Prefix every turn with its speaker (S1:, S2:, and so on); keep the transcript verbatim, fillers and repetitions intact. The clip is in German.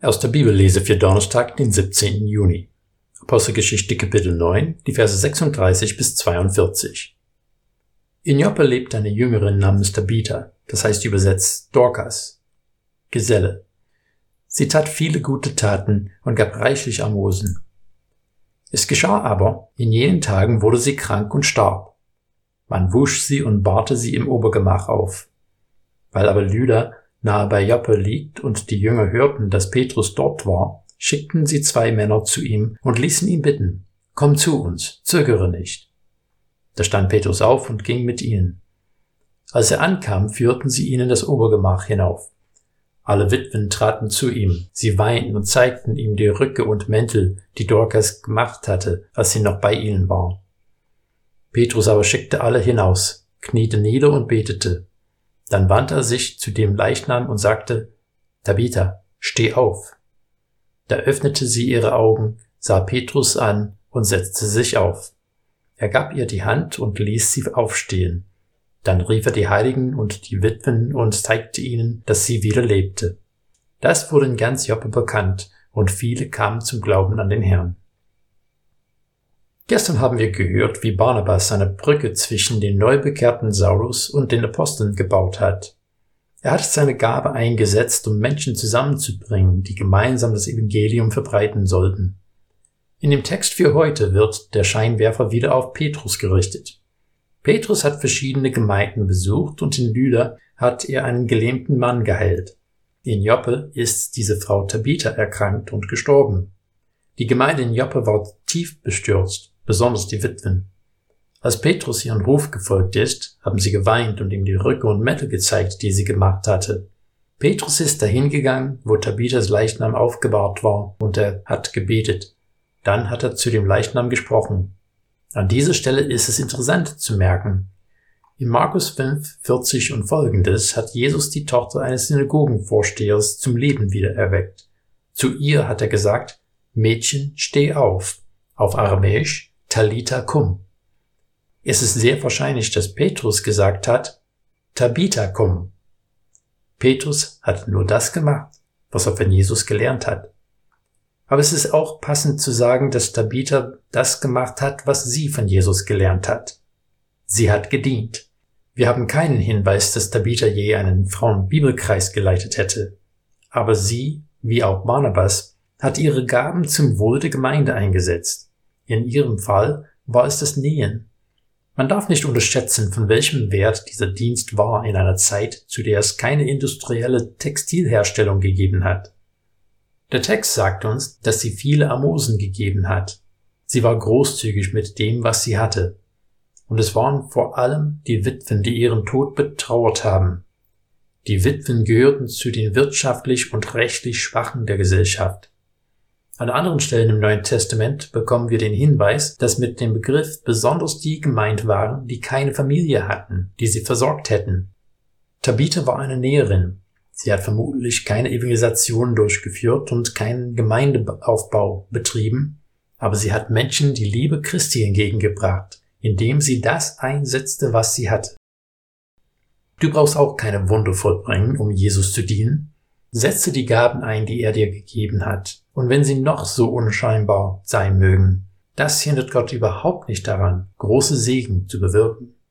S1: Aus der Bibellese für Donnerstag, den siebzehnten Juni. Apostelgeschichte Kapitel neun, die Verse sechsunddreißig bis zweiundvierzig. In Joppe lebt eine Jüngerin namens Tabitha, das heißt übersetzt Dorkas, Geselle. Sie tat viele gute Taten und gab reichlich Almosen. Es geschah aber, in jenen Tagen wurde sie krank und starb. Man wusch sie und bahrte sie im Obergemach auf. Weil aber Lydda nahe bei Joppe liegt und die Jünger hörten, dass Petrus dort war, schickten sie zwei Männer zu ihm und ließen ihn bitten: Komm zu uns, zögere nicht. Da stand Petrus auf und ging mit ihnen. Als er ankam, führten sie ihn in das Obergemach hinauf. Alle Witwen traten zu ihm, sie weinten und zeigten ihm die Röcke und Mäntel, die Dorkas gemacht hatte, als sie noch bei ihnen war. Petrus aber schickte alle hinaus, kniete nieder und betete. Dann wandte er sich zu dem Leichnam und sagte: Tabitha, steh auf. Da öffnete sie ihre Augen, sah Petrus an und setzte sich auf. Er gab ihr die Hand und ließ sie aufstehen. Dann rief er die Heiligen und die Witwen und zeigte ihnen, dass sie wieder lebte. Das wurde in ganz Joppe bekannt, und viele kamen zum Glauben an den Herrn. Gestern haben wir gehört, wie Barnabas eine Brücke zwischen den neubekehrten Saulus und den Aposteln gebaut hat. Er hat seine Gabe eingesetzt, um Menschen zusammenzubringen, die gemeinsam das Evangelium verbreiten sollten. In dem Text für heute wird der Scheinwerfer wieder auf Petrus gerichtet. Petrus hat verschiedene Gemeinden besucht und in Lydda hat er einen gelähmten Mann geheilt. In Joppe ist diese Frau Tabitha erkrankt und gestorben. Die Gemeinde in Joppe war tief bestürzt, besonders die Witwen. Als Petrus ihren Ruf gefolgt ist, haben sie geweint und ihm die Röcke und Mäntel gezeigt, die sie gemacht hatte. Petrus ist dahin gegangen, wo Tabithas Leichnam aufgebahrt war, und er hat gebetet. Dann hat er zu dem Leichnam gesprochen. An dieser Stelle ist es interessant zu merken: In Markus fünf, vierzig und folgendes hat Jesus die Tochter eines Synagogenvorstehers zum Leben wiedererweckt. Zu ihr hat er gesagt: Mädchen, steh auf. Auf Aramäisch Talitha kum. Es ist sehr wahrscheinlich, dass Petrus gesagt hat: Tabitha kum. Petrus hat nur das gemacht, was er von Jesus gelernt hat. Aber es ist auch passend zu sagen, dass Tabitha das gemacht hat, was sie von Jesus gelernt hat. Sie hat gedient. Wir haben keinen Hinweis, dass Tabitha je einen Frauenbibelkreis geleitet hätte. Aber sie, wie auch Barnabas, hat ihre Gaben zum Wohl der Gemeinde eingesetzt. In ihrem Fall war es das Nähen. Man darf nicht unterschätzen, von welchem Wert dieser Dienst war in einer Zeit, zu der es keine industrielle Textilherstellung gegeben hat. Der Text sagt uns, dass sie viele Almosen gegeben hat. Sie war großzügig mit dem, was sie hatte. Und es waren vor allem die Witwen, die ihren Tod betrauert haben. Die Witwen gehörten zu den wirtschaftlich und rechtlich Schwachen der Gesellschaft. An anderen Stellen im Neuen Testament bekommen wir den Hinweis, dass mit dem Begriff besonders die gemeint waren, die keine Familie hatten, die sie versorgt hätten. Tabitha war eine Näherin. Sie hat vermutlich keine Evangelisation durchgeführt und keinen Gemeindeaufbau betrieben, aber sie hat Menschen die Liebe Christi entgegengebracht, indem sie das einsetzte, was sie hatte. Du brauchst auch keine Wunder vollbringen, um Jesus zu dienen. Setze die Gaben ein, die er dir gegeben hat, und wenn sie noch so unscheinbar sein mögen, das hindert Gott überhaupt nicht daran, große Segen zu bewirken.